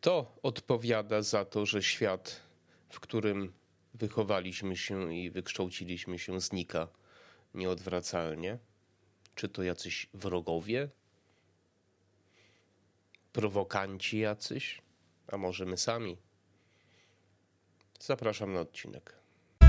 Kto odpowiada za to, że świat, w którym wychowaliśmy się i wykształciliśmy się, znika nieodwracalnie? Czy to jacyś wrogowie? Prowokanci jacyś? A może my sami? Zapraszam na odcinek.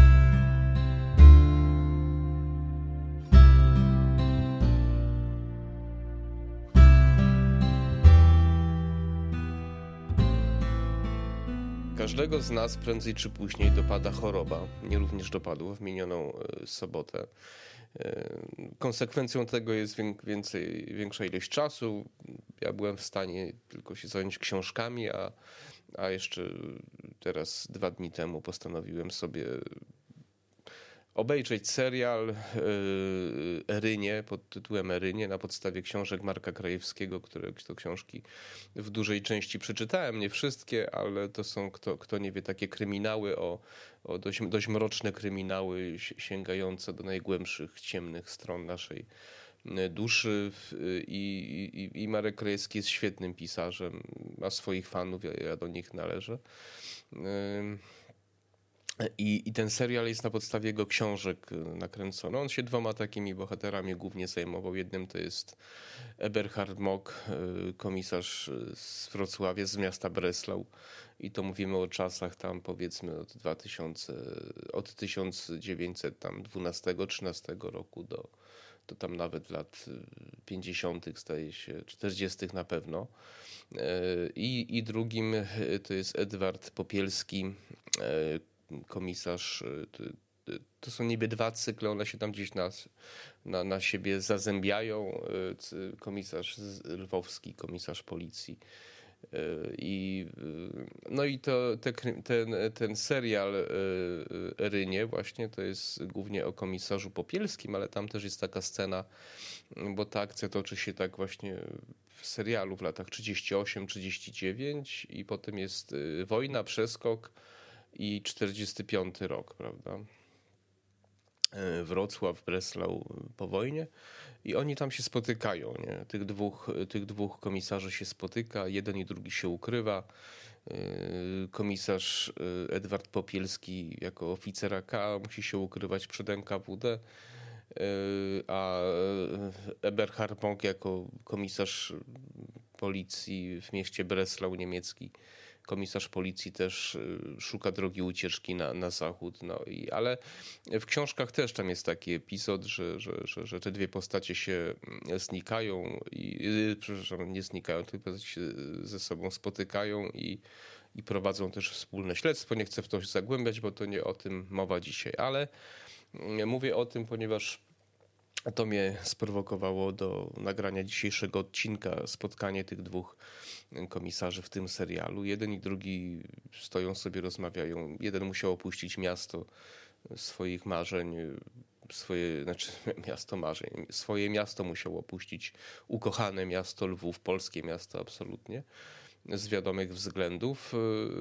Każdego z nas prędzej czy później dopada choroba. Mnie również dopadło w minioną sobotę. Konsekwencją tego jest większa ilość czasu. Ja byłem w stanie tylko się zająć książkami, a jeszcze teraz 2 dni temu postanowiłem sobie obejrzeć serial Erynie, pod tytułem Erynie, na podstawie książek Marka Krajewskiego, które to książki w dużej części przeczytałem, nie wszystkie, ale to są, kto nie wie, takie kryminały, dość mroczne kryminały, sięgające do najgłębszych, ciemnych stron naszej duszy. I Marek Krajewski jest świetnym pisarzem, ma swoich fanów, ja do nich należę. I ten serial jest na podstawie jego książek nakręcony. On się 2 takimi bohaterami głównie zajmował. Jednym to jest Eberhard Mock, komisarz z Wrocławia, z miasta Breslau. I to mówimy o czasach tam powiedzmy od 1912-13 roku do tam nawet lat 50. zdaje się, 40. na pewno. I drugim to jest Edward Popielski, komisarz. To są niby 2 cykle, one się tam gdzieś na siebie zazębiają. Komisarz lwowski, komisarz policji. Ten serial Erynie właśnie to jest głównie o komisarzu Popielskim, ale tam też jest taka scena, bo ta akcja toczy się tak właśnie w serialu w latach 38-39 i potem jest wojna, przeskok i 45 rok, prawda? Wrocław, Breslau po wojnie i oni tam się spotykają, nie? Tych dwóch komisarzy się spotyka, jeden i drugi się ukrywa. Komisarz Edward Popielski jako oficer AK musi się ukrywać przed NKWD, a Eberhard Mock jako komisarz policji w mieście Breslau niemiecki, komisarz policji też szuka drogi ucieczki na zachód. Ale w książkach też tam jest taki epizod, że te 2 postacie się znikają nie znikają, tylko się ze sobą spotykają i prowadzą też wspólne śledztwo. Nie chcę w to się zagłębiać, bo to nie o tym mowa dzisiaj, ale mówię o tym, ponieważ to mnie sprowokowało do nagrania dzisiejszego odcinka, spotkanie tych 2 komisarzy w tym serialu. Jeden i drugi stoją sobie, rozmawiają. Jeden musiał opuścić miasto swoich marzeń, swoje miasto musiał opuścić, ukochane miasto Lwów, polskie miasto absolutnie, z wiadomych względów,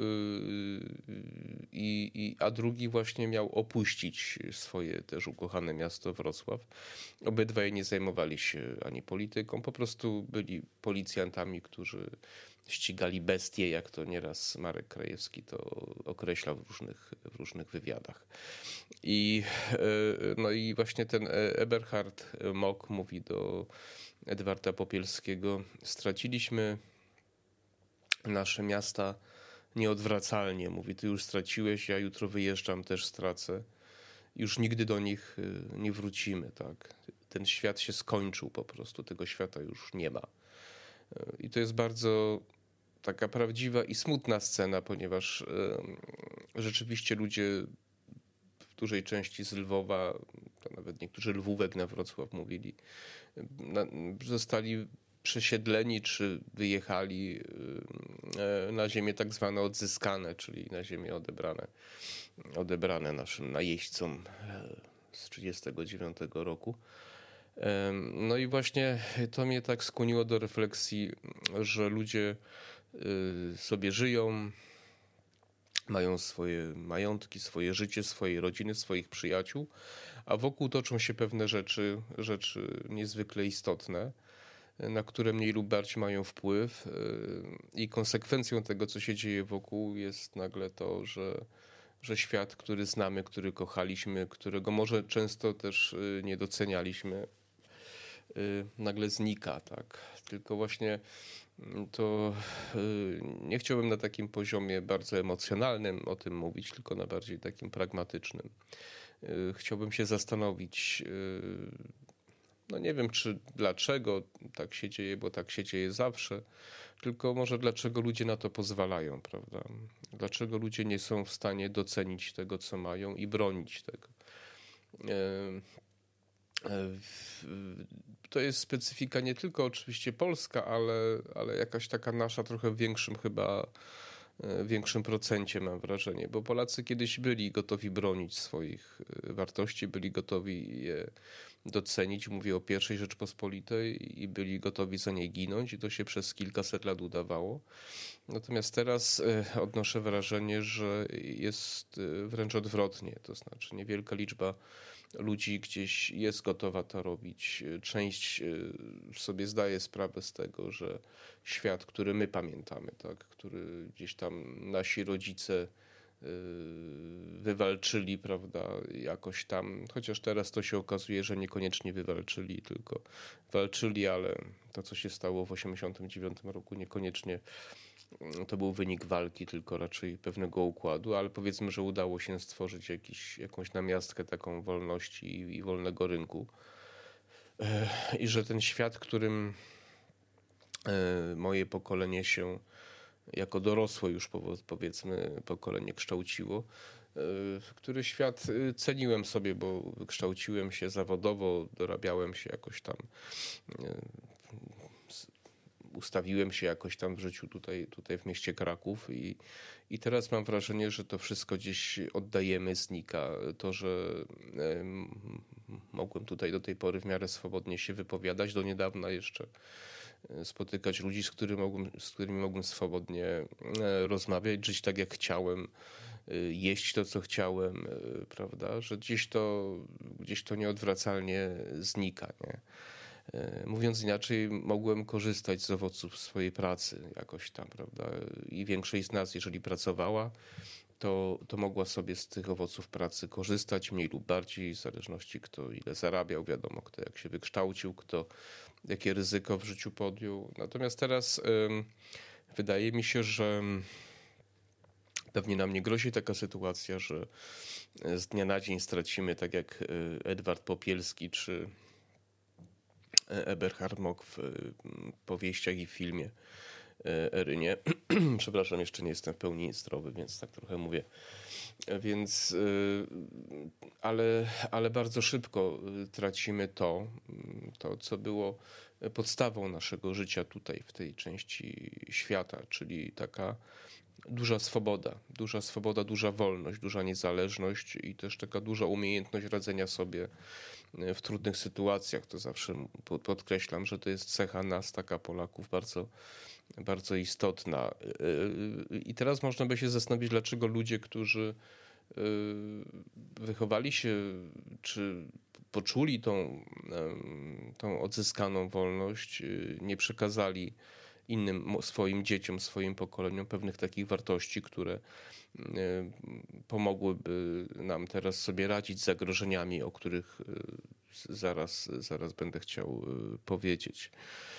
a drugi właśnie miał opuścić swoje też ukochane miasto Wrocław. Obydwaj nie zajmowali się ani polityką, po prostu byli policjantami, którzy ścigali bestie, jak to nieraz Marek Krajewski to określał w różnych wywiadach. I właśnie ten Eberhard Mock mówi do Edwarda Popielskiego: straciliśmy nasze miasta nieodwracalnie. Mówi, ty już straciłeś, ja jutro wyjeżdżam, też stracę. Już nigdy do nich nie wrócimy. Tak? Ten świat się skończył po prostu, tego świata już nie ma. I to jest bardzo taka prawdziwa i smutna scena, ponieważ rzeczywiście ludzie w dużej części z Lwowa, to nawet niektórzy Lwówek na Wrocław mówili, zostali przesiedleni czy wyjechali na ziemię tak zwane odzyskane, czyli na ziemię odebrane naszym najeźdźcom z 1939 roku. No i właśnie to mnie tak skłoniło do refleksji, że ludzie sobie żyją, mają swoje majątki, swoje życie, swoje rodziny, swoich przyjaciół, a wokół toczą się pewne rzeczy niezwykle istotne. na które mniej lub bardziej mają wpływ i konsekwencją tego, co się dzieje wokół, jest nagle to, że świat, który znamy, który kochaliśmy, którego może często też nie docenialiśmy, nagle znika, tak. Tylko właśnie to nie chciałbym na takim poziomie bardzo emocjonalnym o tym mówić, tylko na bardziej takim pragmatycznym. Chciałbym się zastanowić, no nie wiem, czy dlaczego tak się dzieje, bo tak się dzieje zawsze, tylko może dlaczego ludzie na to pozwalają, prawda? Dlaczego ludzie nie są w stanie docenić tego, co mają i bronić tego. To jest specyfika nie tylko oczywiście polska, ale jakaś taka nasza trochę w większym procencie, mam wrażenie, bo Polacy kiedyś byli gotowi bronić swoich wartości, byli gotowi je docenić, mówię o I Rzeczpospolitej, i byli gotowi za niej ginąć i to się przez kilkaset lat udawało. Natomiast teraz odnoszę wrażenie, że jest wręcz odwrotnie, to znaczy niewielka liczba ludzi gdzieś jest gotowa to robić. Część sobie zdaje sprawę z tego, że świat, który my pamiętamy, tak, który gdzieś tam nasi rodzice wywalczyli, prawda, jakoś tam, chociaż teraz to się okazuje, że niekoniecznie wywalczyli, tylko walczyli, ale to, co się stało w 1989 roku, niekoniecznie to był wynik walki, tylko raczej pewnego układu, ale powiedzmy, że udało się stworzyć jakąś namiastkę taką wolności i wolnego rynku. I że ten świat, którym moje pokolenie się jako dorosłe już powiedzmy pokolenie kształciło, który świat ceniłem sobie, bo wykształciłem się zawodowo, dorabiałem się jakoś tam, ustawiłem się jakoś tam w życiu tutaj w mieście Kraków i teraz mam wrażenie, że to wszystko gdzieś oddajemy, znika. To, że mogłem tutaj do tej pory w miarę swobodnie się wypowiadać, do niedawna jeszcze spotykać ludzi, z którymi mogłem swobodnie rozmawiać, żyć tak jak chciałem, jeść to, co chciałem, prawda, że gdzieś to nieodwracalnie znika, nie? Mówiąc inaczej, mogłem korzystać z owoców swojej pracy jakoś tam, prawda? I większość z nas, jeżeli pracowała, to mogła sobie z tych owoców pracy korzystać, mniej lub bardziej, w zależności kto ile zarabiał, wiadomo, kto jak się wykształcił, kto jakie ryzyko w życiu podjął. Natomiast teraz wydaje mi się, że pewnie nam nie grozi taka sytuacja, że z dnia na dzień stracimy, tak jak Edward Popielski czy Eberhard Mock w powieściach i w filmie Erynie. Przepraszam, jeszcze nie jestem w pełni zdrowy, więc tak trochę mówię. Więc, ale bardzo szybko tracimy to, co było podstawą naszego życia tutaj, w tej części świata, czyli taka duża swoboda, duża wolność, duża niezależność i też taka duża umiejętność radzenia sobie w trudnych sytuacjach. To zawsze podkreślam, że to jest cecha nas, taka Polaków, bardzo, bardzo istotna. I teraz można by się zastanowić, dlaczego ludzie, którzy wychowali się, czy poczuli tą odzyskaną wolność, nie przekazali innym swoim dzieciom, swoim pokoleniom pewnych takich wartości, które pomogłyby nam teraz sobie radzić z zagrożeniami, o których zaraz będę chciał powiedzieć.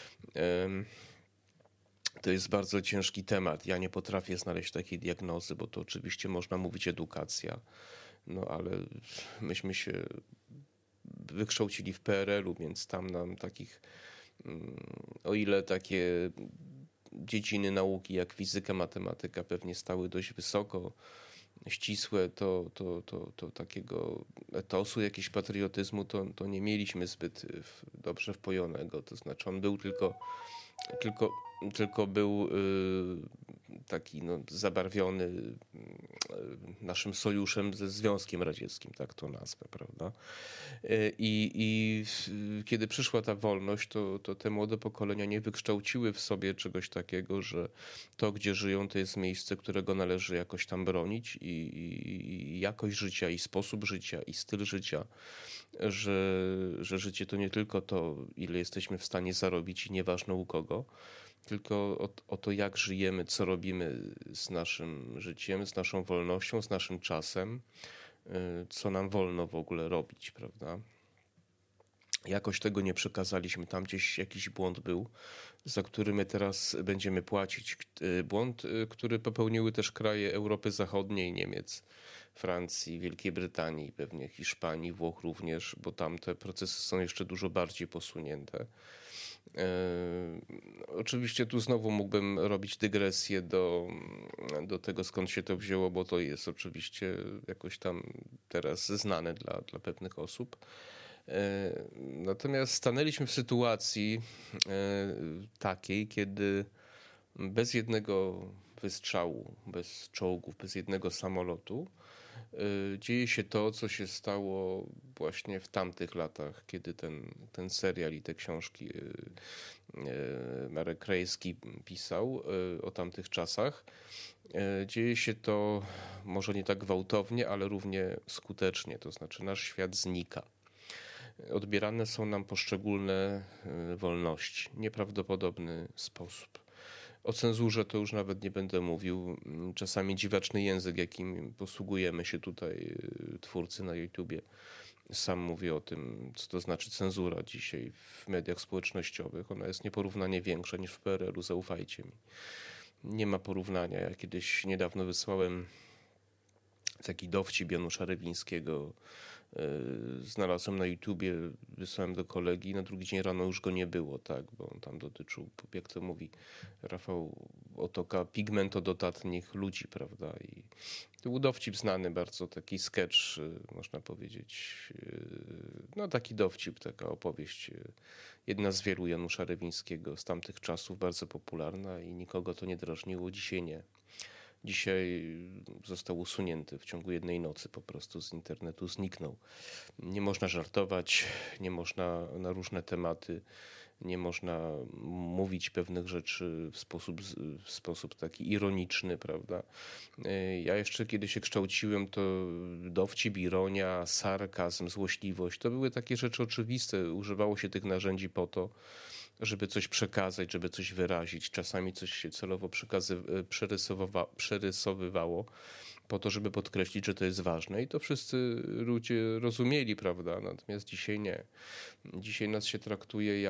To jest bardzo ciężki temat. Ja nie potrafię znaleźć takiej diagnozy, bo to oczywiście można mówić edukacja, no ale myśmy się wykształcili w PRL-u, więc tam nam takich, o ile takie dziedziny nauki jak fizyka, matematyka pewnie stały dość wysoko, ścisłe, to takiego etosu, jakiegoś patriotyzmu, to nie mieliśmy zbyt dobrze wpojonego. To znaczy on był tylko był taki zabarwiony naszym sojuszem ze Związkiem Radzieckim, tak to nazwę, prawda? I kiedy przyszła ta wolność, to te młode pokolenia nie wykształciły w sobie czegoś takiego, że to, gdzie żyją, to jest miejsce, którego należy jakoś tam bronić i jakość życia, i sposób życia, i styl życia, że życie to nie tylko to, ile jesteśmy w stanie zarobić i nieważne u kogo, tylko o to, jak żyjemy, co robimy z naszym życiem, z naszą wolnością, z naszym czasem, co nam wolno w ogóle robić, prawda? Jakoś tego nie przekazaliśmy. Tam gdzieś jakiś błąd był, za który my teraz będziemy płacić. Błąd, który popełniły też kraje Europy Zachodniej, Niemiec, Francji, Wielkiej Brytanii, pewnie Hiszpanii, Włoch również, bo tam te procesy są jeszcze dużo bardziej posunięte. Oczywiście tu znowu mógłbym robić dygresję do tego, skąd się to wzięło, bo to jest oczywiście jakoś tam teraz znane dla pewnych osób. Natomiast stanęliśmy w sytuacji takiej, kiedy bez jednego wystrzału, bez czołgów, bez jednego samolotu dzieje się to, co się stało właśnie w tamtych latach, kiedy ten serial i te książki Marek Krajewski pisał o tamtych czasach. Dzieje się to może nie tak gwałtownie, ale równie skutecznie, to znaczy nasz świat znika. Odbierane są nam poszczególne wolności w nieprawdopodobny sposób. O cenzurze to już nawet nie będę mówił. Czasami dziwaczny język, jakim posługujemy się tutaj twórcy na YouTubie. Sam mówię o tym, co to znaczy cenzura dzisiaj w mediach społecznościowych. Ona jest nieporównanie większa niż w PRL-u, zaufajcie mi. Nie ma porównania. Ja kiedyś niedawno wysłałem taki dowcip Janusza Rybinskiego. Znalazłem na YouTubie, wysłałem do kolegi, na drugi dzień rano już go nie było, tak, bo on tam dotyczył, jak to mówi Rafał Otoka, pigmentododatnych ludzi, prawda, i to był dowcip znany bardzo, taki sketch, można powiedzieć, no taki dowcip, taka opowieść, jedna z wielu Janusza Rybińskiego z tamtych czasów, bardzo popularna i nikogo to nie drażniło, dzisiaj nie. Dzisiaj został usunięty w ciągu jednej nocy, po prostu z internetu zniknął. Nie można żartować, nie można na różne tematy, nie można mówić pewnych rzeczy w sposób taki ironiczny, prawda? Ja jeszcze kiedy się kształciłem, to dowcip, ironia, sarkazm, złośliwość, to były takie rzeczy oczywiste. Używało się tych narzędzi po to, żeby coś przekazać, żeby coś wyrazić. Czasami coś się celowo przerysowywało po to, żeby podkreślić, że to jest ważne. I to wszyscy ludzie rozumieli, prawda? Natomiast dzisiaj nie. Dzisiaj nas się traktuje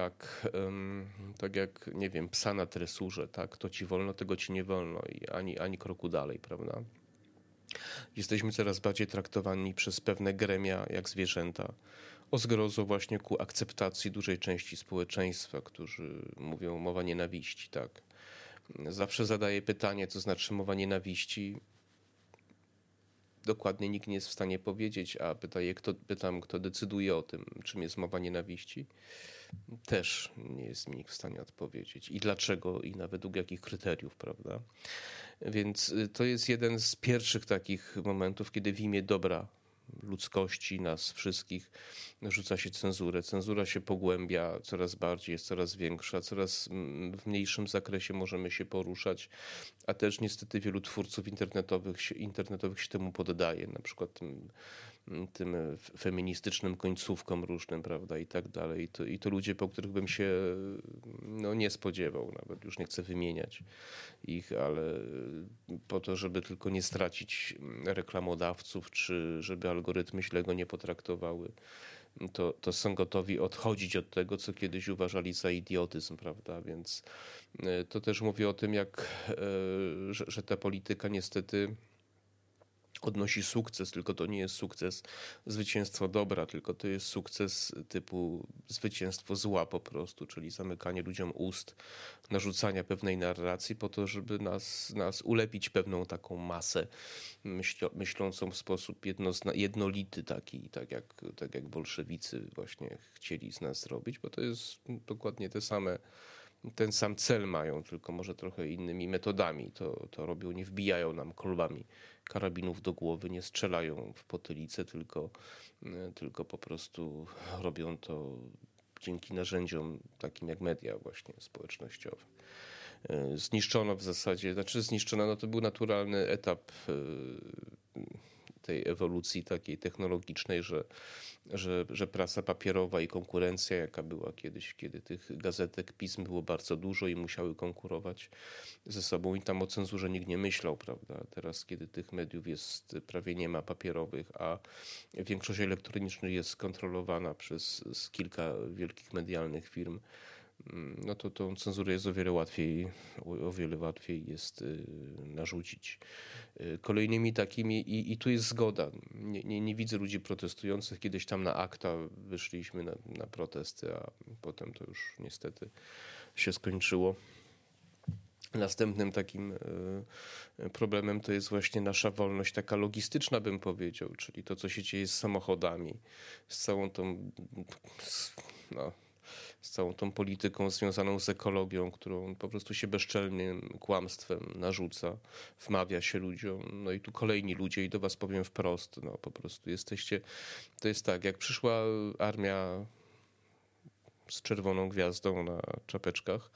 tak jak, nie wiem, psa na tresurze, tak? To ci wolno, tego ci nie wolno i ani kroku dalej, prawda? Jesteśmy coraz bardziej traktowani przez pewne gremia jak zwierzęta. O zgrozo właśnie ku akceptacji dużej części społeczeństwa, którzy mówią mowa nienawiści, tak. Zawsze zadaję pytanie, co znaczy mowa nienawiści. Dokładnie nikt nie jest w stanie powiedzieć, a pytam, kto decyduje o tym, czym jest mowa nienawiści. Też nie jest mi nikt w stanie odpowiedzieć. I dlaczego, i na według jakich kryteriów, prawda? Więc to jest jeden z pierwszych takich momentów, kiedy w imię dobra ludzkości, nas wszystkich, rzuca się cenzurę. Cenzura się pogłębia coraz bardziej, jest coraz większa, coraz w mniejszym zakresie możemy się poruszać, a też niestety wielu twórców internetowych się temu poddaje, na przykład tym feministycznym końcówkom różnym, prawda, i tak dalej. I to ludzie, po których bym się nie spodziewał, nawet już nie chcę wymieniać ich, ale po to, żeby tylko nie stracić reklamodawców, czy żeby algorytmy źle go nie potraktowały, to są gotowi odchodzić od tego, co kiedyś uważali za idiotyzm, prawda, więc to też mówi o tym, że ta polityka niestety odnosi sukces, tylko to nie jest sukces zwycięstwa dobra, tylko to jest sukces typu zwycięstwo zła po prostu, czyli zamykanie ludziom ust, narzucania pewnej narracji po to, żeby nas ulepić pewną taką masę myślącą w sposób jednolity taki, tak jak bolszewicy właśnie chcieli z nas zrobić, bo to jest dokładnie te same ten sam cel mają, tylko może trochę innymi metodami. To robią, nie wbijają nam kolbami karabinów do głowy, nie strzelają w potylicę, tylko po prostu robią to dzięki narzędziom takim jak media właśnie społecznościowe. Zniszczono w zasadzie, no to był naturalny etap tej ewolucji takiej technologicznej, że prasa papierowa i konkurencja, jaka była kiedyś, kiedy tych gazetek, pism było bardzo dużo i musiały konkurować ze sobą i tam o cenzurze nikt nie myślał, prawda? Teraz, kiedy tych mediów jest prawie nie ma papierowych, a większość elektronicznych jest kontrolowana przez kilka wielkich medialnych firm, no to tą cenzurę jest o wiele łatwiej jest narzucić. Kolejnymi takimi, i tu jest zgoda, nie widzę ludzi protestujących. Kiedyś tam na akta wyszliśmy na protesty, a potem to już niestety się skończyło. Następnym takim problemem to jest właśnie nasza wolność taka logistyczna, bym powiedział, czyli to, co się dzieje z samochodami, z całą tą polityką związaną z ekologią, którą po prostu się bezczelnym kłamstwem narzuca, wmawia się ludziom. No i tu kolejni ludzie, i do was powiem wprost, no po prostu jesteście, to jest tak, jak przyszła armia z czerwoną gwiazdą na czapeczkach,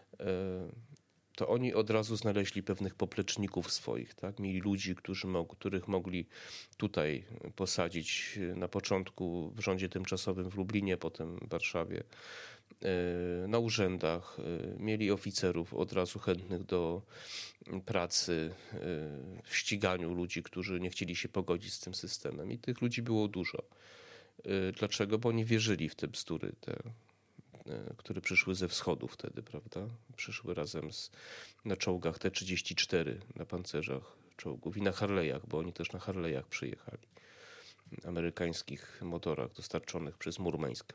to oni od razu znaleźli pewnych popleczników swoich, tak? Mieli ludzi, których mogli tutaj posadzić na początku w rządzie tymczasowym w Lublinie, potem w Warszawie, na urzędach. Mieli oficerów od razu chętnych do pracy w ściganiu ludzi, którzy nie chcieli się pogodzić z tym systemem. I tych ludzi było dużo. Dlaczego? Bo oni wierzyli w te bzdury, które przyszły ze wschodu wtedy, prawda? Przyszły razem na czołgach T-34, na pancerzach czołgów i na Harley'ach, bo oni też na Harley'ach przyjechali. Amerykańskich motorach dostarczonych przez Murmańsk.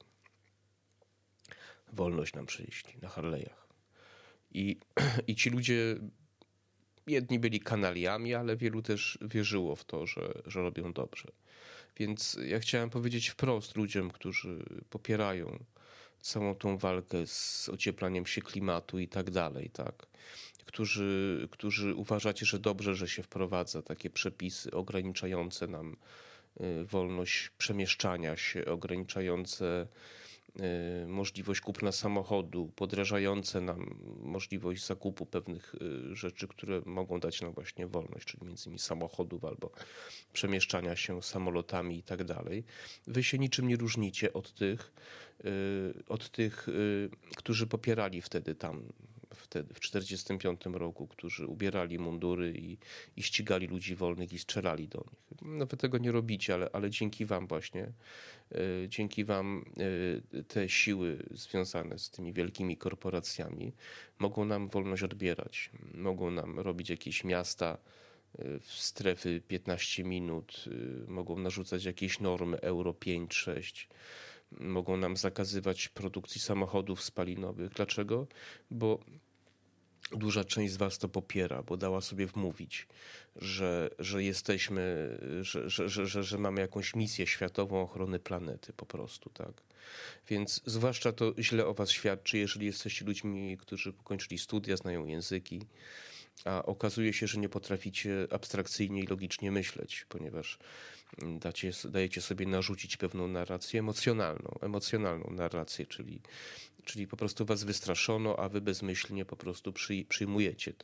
Wolność nam przynieśli na Harley'ach. I ci ludzie, jedni byli kanaliami, ale wielu też wierzyło w to, że robią dobrze. Więc ja chciałem powiedzieć wprost ludziom, którzy popierają całą tą walkę z ocieplaniem się klimatu i tak dalej, tak? Którzy uważacie, że dobrze, że się wprowadza takie przepisy ograniczające nam wolność przemieszczania się, ograniczające możliwość kupna samochodu, podrażające nam możliwość zakupu pewnych rzeczy, które mogą dać nam właśnie wolność, czyli między innymi samochodów albo przemieszczania się samolotami i tak dalej. Wy się niczym nie różnicie od tych, którzy popierali wtedy w 1945 roku, którzy ubierali mundury i ścigali ludzi wolnych i strzelali do nich. No wy tego nie robicie, ale dzięki wam właśnie, dzięki wam te siły związane z tymi wielkimi korporacjami mogą nam wolność odbierać. Mogą nam robić jakieś miasta w strefy 15 minut, mogą narzucać jakieś normy Euro 5, 6, mogą nam zakazywać produkcji samochodów spalinowych. Dlaczego? Bo duża część z was to popiera, bo dała sobie wmówić, że jesteśmy, że mamy jakąś misję światową ochrony planety po prostu, tak? Więc zwłaszcza to źle o was świadczy, jeżeli jesteście ludźmi, którzy pokończyli studia, znają języki, a okazuje się, że nie potraficie abstrakcyjnie i logicznie myśleć, ponieważ dajecie sobie narzucić pewną narrację emocjonalną narrację, czyli po prostu was wystraszono, a wy bezmyślnie po prostu przyjmujecie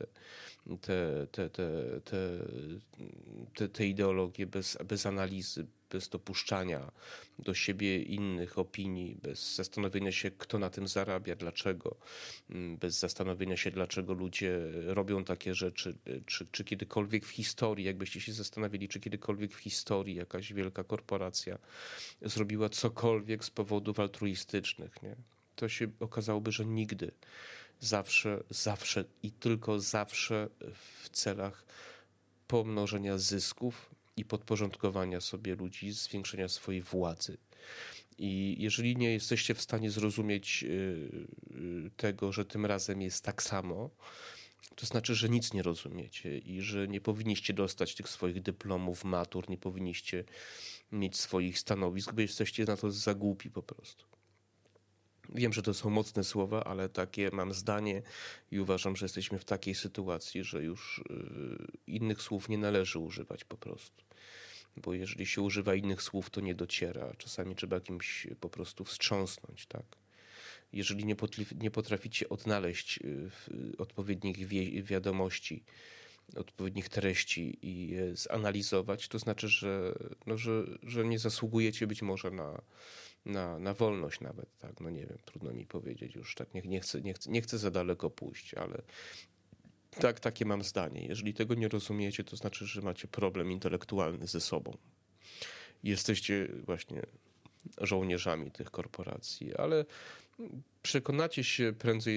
te ideologie bez analizy, bez dopuszczania do siebie innych opinii, bez zastanowienia się, kto na tym zarabia, dlaczego, bez zastanowienia się, dlaczego ludzie robią takie rzeczy, czy kiedykolwiek w historii, jakbyście się zastanowili, czy kiedykolwiek w historii jakaś wielka korporacja zrobiła cokolwiek z powodów altruistycznych, nie? To się okazałoby, że nigdy. Zawsze i tylko zawsze w celach pomnożenia zysków i podporządkowania sobie ludzi, zwiększenia swojej władzy. I jeżeli nie jesteście w stanie zrozumieć tego, że tym razem jest tak samo, to znaczy, że nic nie rozumiecie i że nie powinniście dostać tych swoich dyplomów, matur, nie powinniście mieć swoich stanowisk, bo jesteście na to za głupi po prostu. Wiem, że to są mocne słowa, ale takie mam zdanie i uważam, że jesteśmy w takiej sytuacji, że już innych słów nie należy używać po prostu. Bo jeżeli się używa innych słów, to nie dociera. Czasami trzeba kimś po prostu wstrząsnąć, tak? Jeżeli nie potraficie odnaleźć odpowiednich wiadomości, odpowiednich treści i je zanalizować, to znaczy, że nie zasługujecie być może na wolność nawet, tak? No nie wiem, trudno mi powiedzieć już, tak, nie chcę za daleko pójść, ale tak, takie mam zdanie. Jeżeli tego nie rozumiecie, to znaczy, że macie problem intelektualny ze sobą. Jesteście właśnie żołnierzami tych korporacji, ale przekonacie się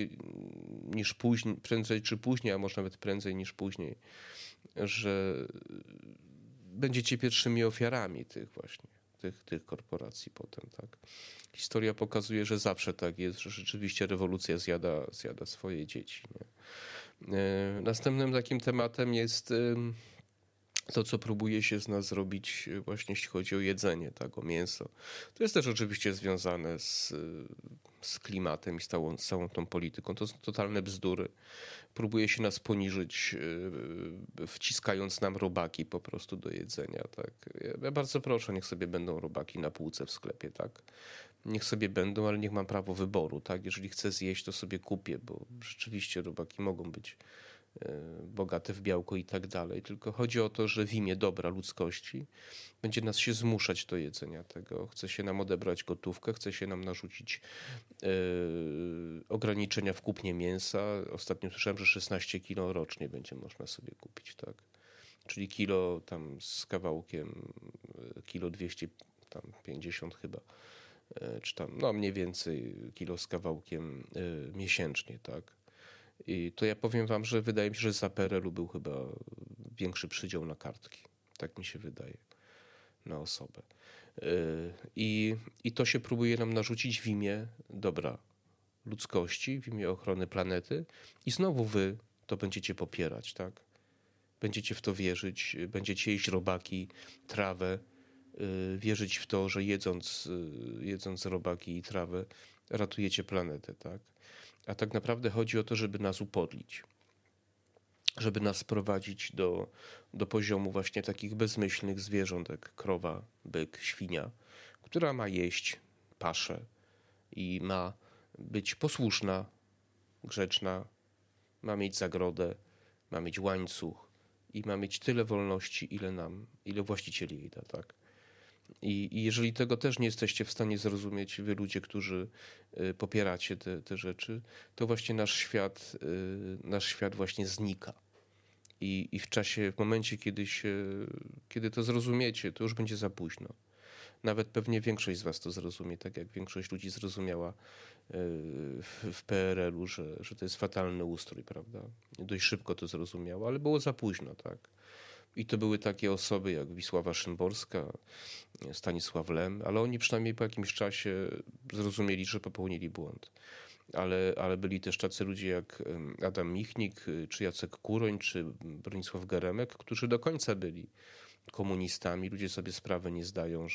prędzej czy później, a może nawet prędzej niż później, że będziecie pierwszymi ofiarami tych korporacji potem, tak. Historia pokazuje, że zawsze tak jest, że rzeczywiście rewolucja zjada swoje dzieci. Nie? Następnym takim tematem jest to, co próbuje się z nas zrobić właśnie jeśli chodzi o jedzenie, tak, o mięso. To jest też oczywiście związane z klimatem i z całą tą polityką. To są totalne bzdury. Próbuje się nas poniżyć, wciskając nam robaki po prostu do jedzenia, tak. Ja bardzo proszę, niech sobie będą robaki na półce w sklepie, tak. Niech sobie będą, ale niech mam prawo wyboru, tak. Jeżeli chcę zjeść, to sobie kupię, bo rzeczywiście robaki mogą być bogate w białko i tak dalej. Tylko chodzi o to, że w imię dobra ludzkości będzie nas się zmuszać do jedzenia tego. Chce się nam odebrać gotówkę, chce się nam narzucić ograniczenia w kupnie mięsa. Ostatnio słyszałem, że 16 kilo rocznie będzie można sobie kupić, tak? Czyli kilo tam z kawałkiem, kilo 250 chyba, czy tam, no mniej więcej kilo z kawałkiem miesięcznie, tak? I to ja powiem wam, że wydaje mi się, że za PRL-u był chyba większy przydział na kartki. Tak mi się wydaje. Na osobę. I to się próbuje nam narzucić w imię dobra ludzkości, w imię ochrony planety. I znowu wy to będziecie popierać, tak? Będziecie w to wierzyć, będziecie jeść robaki, trawę, wierzyć w to, że jedząc robaki i trawę ratujecie planetę, tak? A tak naprawdę chodzi o to, żeby nas upodlić. Żeby nas sprowadzić do poziomu właśnie takich bezmyślnych zwierząt, jak krowa, byk, świnia, która ma jeść paszę i ma być posłuszna, grzeczna, ma mieć zagrodę, ma mieć łańcuch i ma mieć tyle wolności, ile właściciel jej da, tak? I jeżeli tego też nie jesteście w stanie zrozumieć, wy ludzie, którzy popieracie te rzeczy, to właśnie nasz świat właśnie znika. I w momencie, kiedy to zrozumiecie, to już będzie za późno. Nawet pewnie większość z was to zrozumie, tak jak większość ludzi zrozumiała w PRL-u, że to jest fatalny ustrój, prawda? Dość szybko to zrozumiało, ale było za późno, tak? I to były takie osoby jak Wisława Szymborska, Stanisław Lem, ale oni przynajmniej po jakimś czasie zrozumieli, że popełnili błąd. Ale byli też tacy ludzie jak Adam Michnik, czy Jacek Kuroń, czy Bronisław Geremek, którzy do końca byli komunistami. Ludzie sobie sprawy nie zdają,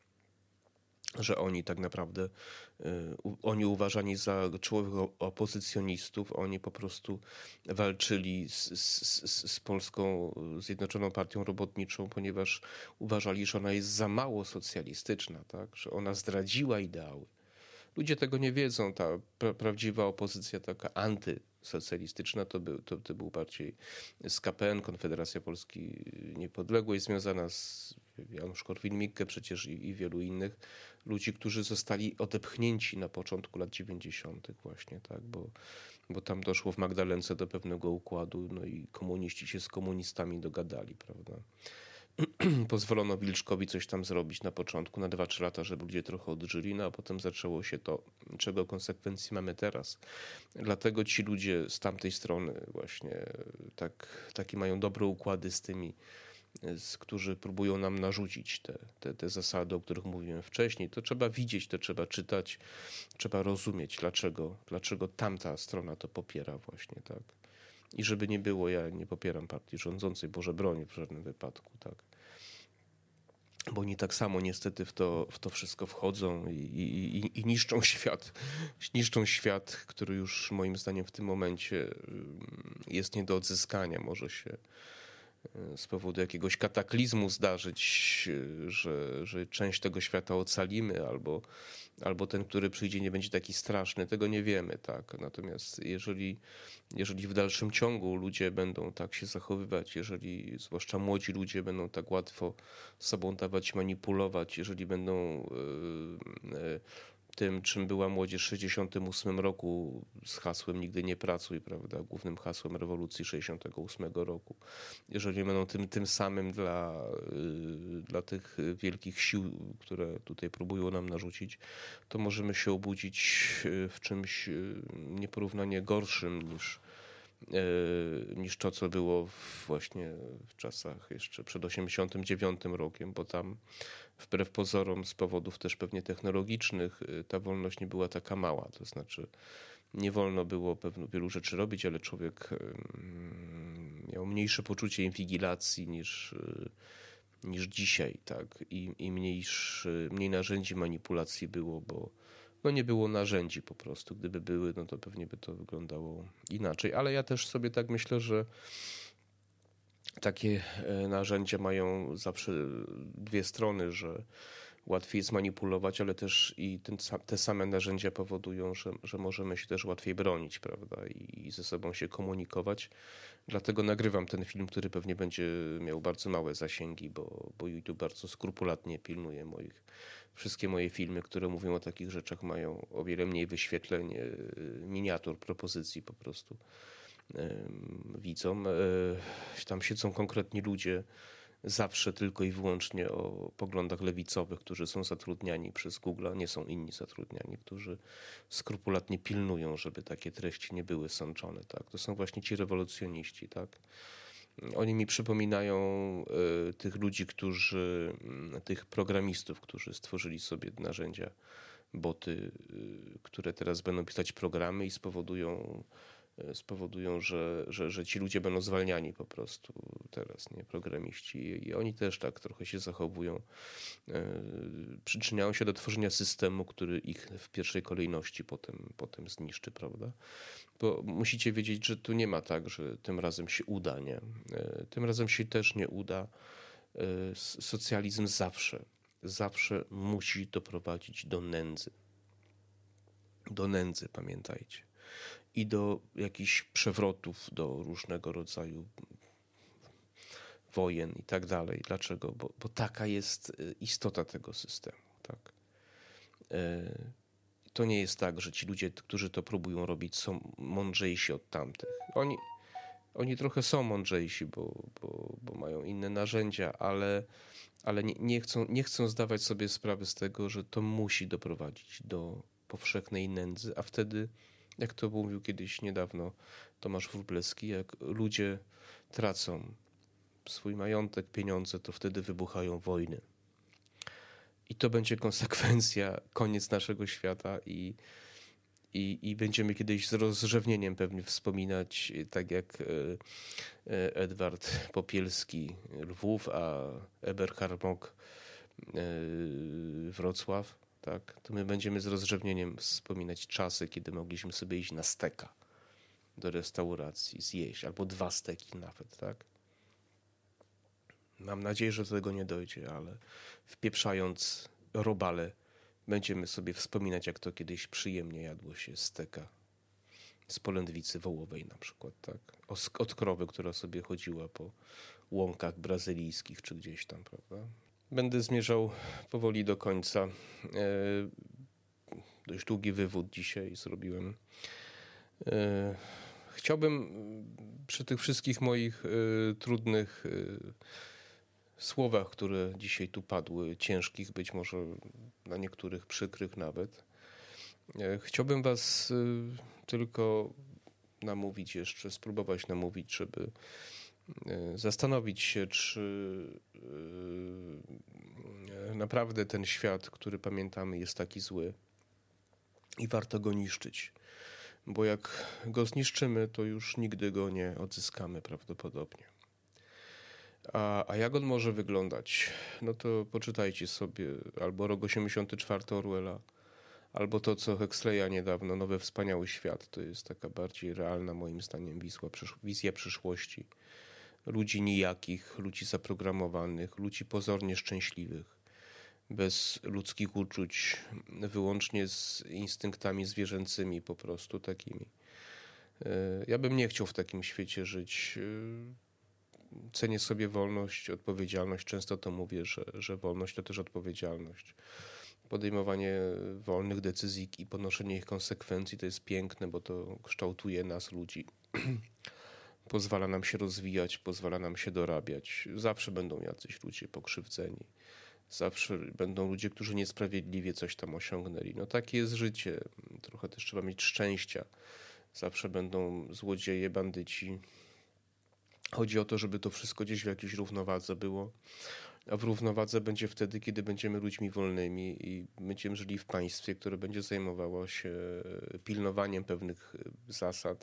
że oni tak naprawdę, oni uważani za czołowych opozycjonistów, oni po prostu walczyli z Polską Zjednoczoną Partią Robotniczą, ponieważ uważali, że ona jest za mało socjalistyczna, tak? Że ona zdradziła ideały. Ludzie tego nie wiedzą. Ta prawdziwa opozycja, taka antysocjalistyczna, to był bardziej SKPN, Konfederacja Polski Niepodległej, związana z Janusz Korwin-Mikke przecież i wielu innych ludzi, którzy zostali odepchnięci na początku lat 90. właśnie, tak, bo tam doszło w Magdalence do pewnego układu, no i komuniści się z komunistami dogadali, prawda. Pozwolono Wilczkowi coś tam zrobić na początku, na 2-3 lata, żeby ludzie trochę odżyli, no a potem zaczęło się to, czego konsekwencji mamy teraz. Dlatego ci ludzie z tamtej strony właśnie takie mają dobre układy z tymi, którzy próbują nam narzucić te zasady, o których mówiłem wcześniej. To trzeba widzieć, to trzeba czytać, trzeba rozumieć, dlaczego tamta strona to popiera właśnie, tak. I żeby nie było, ja nie popieram partii rządzącej, Boże broń w żadnym wypadku, tak. bo oni tak samo niestety w to wszystko wchodzą i niszczą świat. Niszczą świat, który już moim zdaniem w tym momencie jest nie do odzyskania. Może się z powodu jakiegoś kataklizmu zdarzyć, że część tego świata ocalimy, albo ten, który przyjdzie, nie będzie taki straszny. Tego nie wiemy, tak. Natomiast jeżeli w dalszym ciągu ludzie będą tak się zachowywać, jeżeli zwłaszcza młodzi ludzie będą tak łatwo sobą dawać manipulować, jeżeli będą tym, czym była młodzież w 1968 roku z hasłem "nigdy nie pracuj", prawda, głównym hasłem rewolucji 1968 roku. Jeżeli będą tym samym dla tych wielkich sił, które tutaj próbują nam narzucić, to możemy się obudzić w czymś nieporównanie gorszym niż to, co było właśnie w czasach jeszcze przed 1989 rokiem, bo tam wbrew pozorom z powodów też pewnie technologicznych ta wolność nie była taka mała. To znaczy nie wolno było wielu rzeczy robić, ale człowiek miał mniejsze poczucie inwigilacji niż dzisiaj, tak? I mniej narzędzi manipulacji było, bo nie było narzędzi po prostu. Gdyby były, no to pewnie by to wyglądało inaczej. Ale ja też sobie tak myślę, że takie narzędzia mają zawsze dwie strony, że łatwiej jest manipulować, ale też i te same narzędzia powodują, że możemy się też łatwiej bronić, prawda, i ze sobą się komunikować. Dlatego nagrywam ten film, który pewnie będzie miał bardzo małe zasięgi, bo YouTube bardzo skrupulatnie pilnuje wszystkie moje filmy, które mówią o takich rzeczach, mają o wiele mniej wyświetleń, miniatur, propozycji po prostu widzom. Tam siedzą konkretni ludzie, zawsze tylko i wyłącznie o poglądach lewicowych, którzy są zatrudniani przez Google'a, nie są inni zatrudniani, którzy skrupulatnie pilnują, żeby takie treści nie były sączone. Tak? To są właśnie ci rewolucjoniści. Tak? Oni mi przypominają tych ludzi, tych programistów, którzy stworzyli sobie narzędzia, boty, które teraz będą pisać programy i spowodują, że ci ludzie będą zwalniani po prostu teraz, nie, programiści. I oni też tak trochę się zachowują. Przyczyniają się do tworzenia systemu, który ich w pierwszej kolejności potem zniszczy, prawda? Bo musicie wiedzieć, że tu nie ma tak, że tym razem się uda, nie? Tym razem się też nie uda. Socjalizm zawsze musi doprowadzić do nędzy. Do nędzy, pamiętajcie. I do jakichś przewrotów, do różnego rodzaju wojen i tak dalej. Dlaczego? Bo taka jest istota tego systemu. Tak? To nie jest tak, że ci ludzie, którzy to próbują robić, są mądrzejsi od tamtych. Oni trochę są mądrzejsi, bo mają inne narzędzia, ale nie chcą zdawać sobie sprawy z tego, że to musi doprowadzić do powszechnej nędzy, a wtedy, jak to mówił kiedyś niedawno Tomasz Wróblewski, jak ludzie tracą swój majątek, pieniądze, to wtedy wybuchają wojny. I to będzie konsekwencja, koniec naszego świata i będziemy kiedyś z rozrzewnieniem pewnie wspominać, tak jak Edward Popielski Lwów, a Eberhard Mock Wrocław. Tak? To my będziemy z rozrzewnieniem wspominać czasy, kiedy mogliśmy sobie iść na steka do restauracji, zjeść, albo 2 steki nawet, tak? Mam nadzieję, że do tego nie dojdzie, ale wpieprzając robale, będziemy sobie wspominać, jak to kiedyś przyjemnie jadło się steka z polędwicy wołowej na przykład, tak? Od krowy, która sobie chodziła po łąkach brazylijskich czy gdzieś tam, prawda? Będę zmierzał powoli do końca. Dość długi wywód dzisiaj zrobiłem. Chciałbym przy tych wszystkich moich trudnych słowach, które dzisiaj tu padły, ciężkich, być może dla niektórych przykrych nawet, chciałbym was tylko namówić jeszcze, spróbować namówić, żeby zastanowić się, czy naprawdę ten świat, który pamiętamy, jest taki zły i warto go niszczyć. Bo jak go zniszczymy, to już nigdy go nie odzyskamy prawdopodobnie. A jak on może wyglądać? No to poczytajcie sobie albo Rok 84 Orwella, albo to, co Huxleya niedawno, Nowy Wspaniały Świat. To jest taka bardziej realna, moim zdaniem, wizja przyszłości. Ludzi nijakich, ludzi zaprogramowanych, ludzi pozornie szczęśliwych, bez ludzkich uczuć, wyłącznie z instynktami zwierzęcymi po prostu takimi. Ja bym nie chciał w takim świecie żyć. Cenię sobie wolność, odpowiedzialność. Często to mówię, że wolność to też odpowiedzialność. Podejmowanie wolnych decyzji i ponoszenie ich konsekwencji to jest piękne, bo to kształtuje nas, ludzi. Pozwala nam się rozwijać, pozwala nam się dorabiać. Zawsze będą jacyś ludzie pokrzywdzeni. Zawsze będą ludzie, którzy niesprawiedliwie coś tam osiągnęli. No takie jest życie. Trochę też trzeba mieć szczęścia. Zawsze będą złodzieje, bandyci. Chodzi o to, żeby to wszystko gdzieś w jakiejś równowadze było. A w równowadze będzie wtedy, kiedy będziemy ludźmi wolnymi i będziemy żyli w państwie, które będzie zajmowało się pilnowaniem pewnych zasad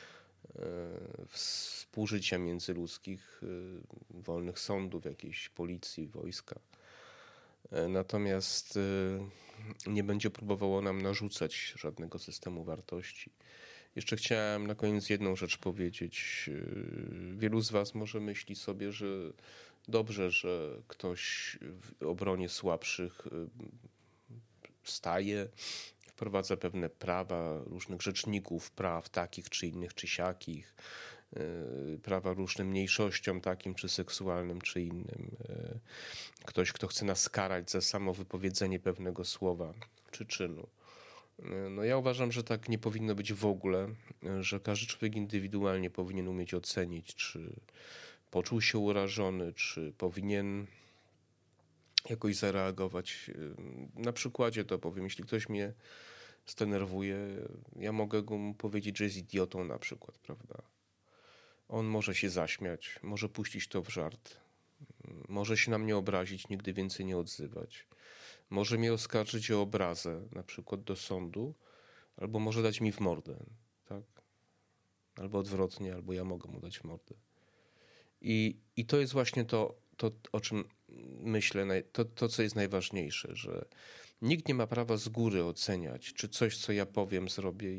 współżycia międzyludzkich, wolnych sądów, jakiejś policji, wojska. Natomiast nie będzie próbowało nam narzucać żadnego systemu wartości. Jeszcze chciałem na koniec jedną rzecz powiedzieć. Wielu z was może myśli sobie, że dobrze, że ktoś w obronie słabszych staje, wprowadza pewne prawa różnych rzeczników praw takich czy innych, czy siakich, prawa różnym mniejszościom takim czy seksualnym, czy innym. Ktoś, kto chce nas karać za samo wypowiedzenie pewnego słowa czy czynu. No ja uważam, że tak nie powinno być w ogóle, że każdy człowiek indywidualnie powinien umieć ocenić, czy poczuł się urażony, czy powinien jakoś zareagować. Na przykładzie to powiem, jeśli ktoś mnie zdenerwuje, ja mogę mu powiedzieć, że jest idiotą na przykład, prawda? On może się zaśmiać, może puścić to w żart, może się na mnie obrazić, nigdy więcej nie odzywać. Może mnie oskarżyć o obrazę, na przykład do sądu, albo może dać mi w mordę, tak? Albo odwrotnie, albo ja mogę mu dać w mordę. I to jest właśnie to, o czym myślę, to, co jest najważniejsze, że nikt nie ma prawa z góry oceniać, czy coś, co ja powiem, zrobię,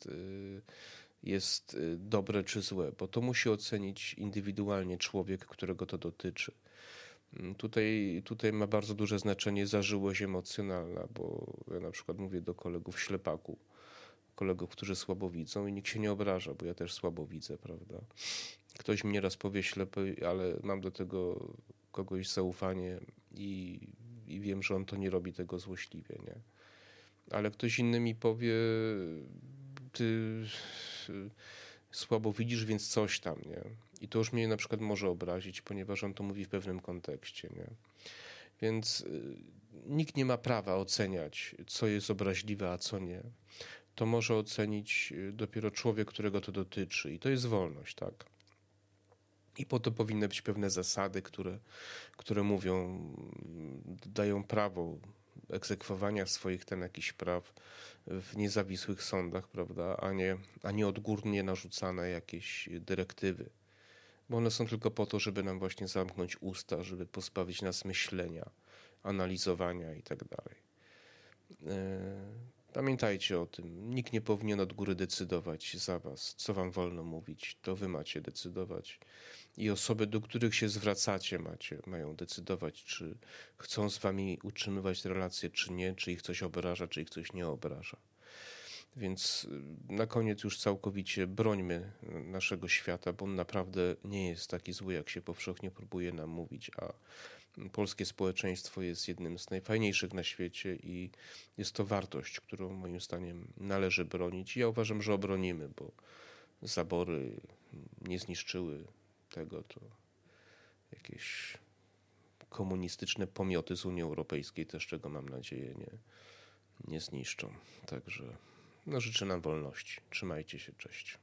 jest dobre czy złe, bo to musi ocenić indywidualnie człowiek, którego to dotyczy. Tutaj ma bardzo duże znaczenie zażyłość emocjonalna, bo ja na przykład mówię do kolegów kolegów, którzy słabo widzą i nikt się nie obraża, bo ja też słabo widzę, prawda? Ktoś mi nieraz powie ślepy, ale mam do tego kogoś zaufanie i wiem, że on to nie robi tego złośliwie, nie? Ale ktoś inny mi powie, ty słabo widzisz, więc coś tam, nie? I to już mnie na przykład może obrazić, ponieważ on to mówi w pewnym kontekście, nie? Więc nikt nie ma prawa oceniać, co jest obraźliwe, a co nie. To może ocenić dopiero człowiek, którego to dotyczy. I to jest wolność, tak? I po to powinny być pewne zasady, które mówią, dają prawo egzekwowania swoich jakichś praw w niezawisłych sądach, prawda, a nie odgórnie narzucane jakieś dyrektywy. Bo one są tylko po to, żeby nam właśnie zamknąć usta, żeby pozbawić nas myślenia, analizowania i tak dalej. Pamiętajcie o tym. Nikt nie powinien od góry decydować za was, co wam wolno mówić. To wy macie decydować. I osoby, do których się zwracacie, mają decydować, czy chcą z wami utrzymywać relacje, czy nie, czy ich coś obraża, czy ich coś nie obraża. Więc na koniec już całkowicie brońmy naszego świata, bo on naprawdę nie jest taki zły, jak się powszechnie próbuje nam mówić, a polskie społeczeństwo jest jednym z najfajniejszych na świecie i jest to wartość, którą moim zdaniem należy bronić. I ja uważam, że obronimy, bo zabory nie zniszczyły tego, to jakieś komunistyczne pomioty z Unii Europejskiej też, czego mam nadzieję, nie zniszczą. Także życzę nam wolności. Trzymajcie się, cześć.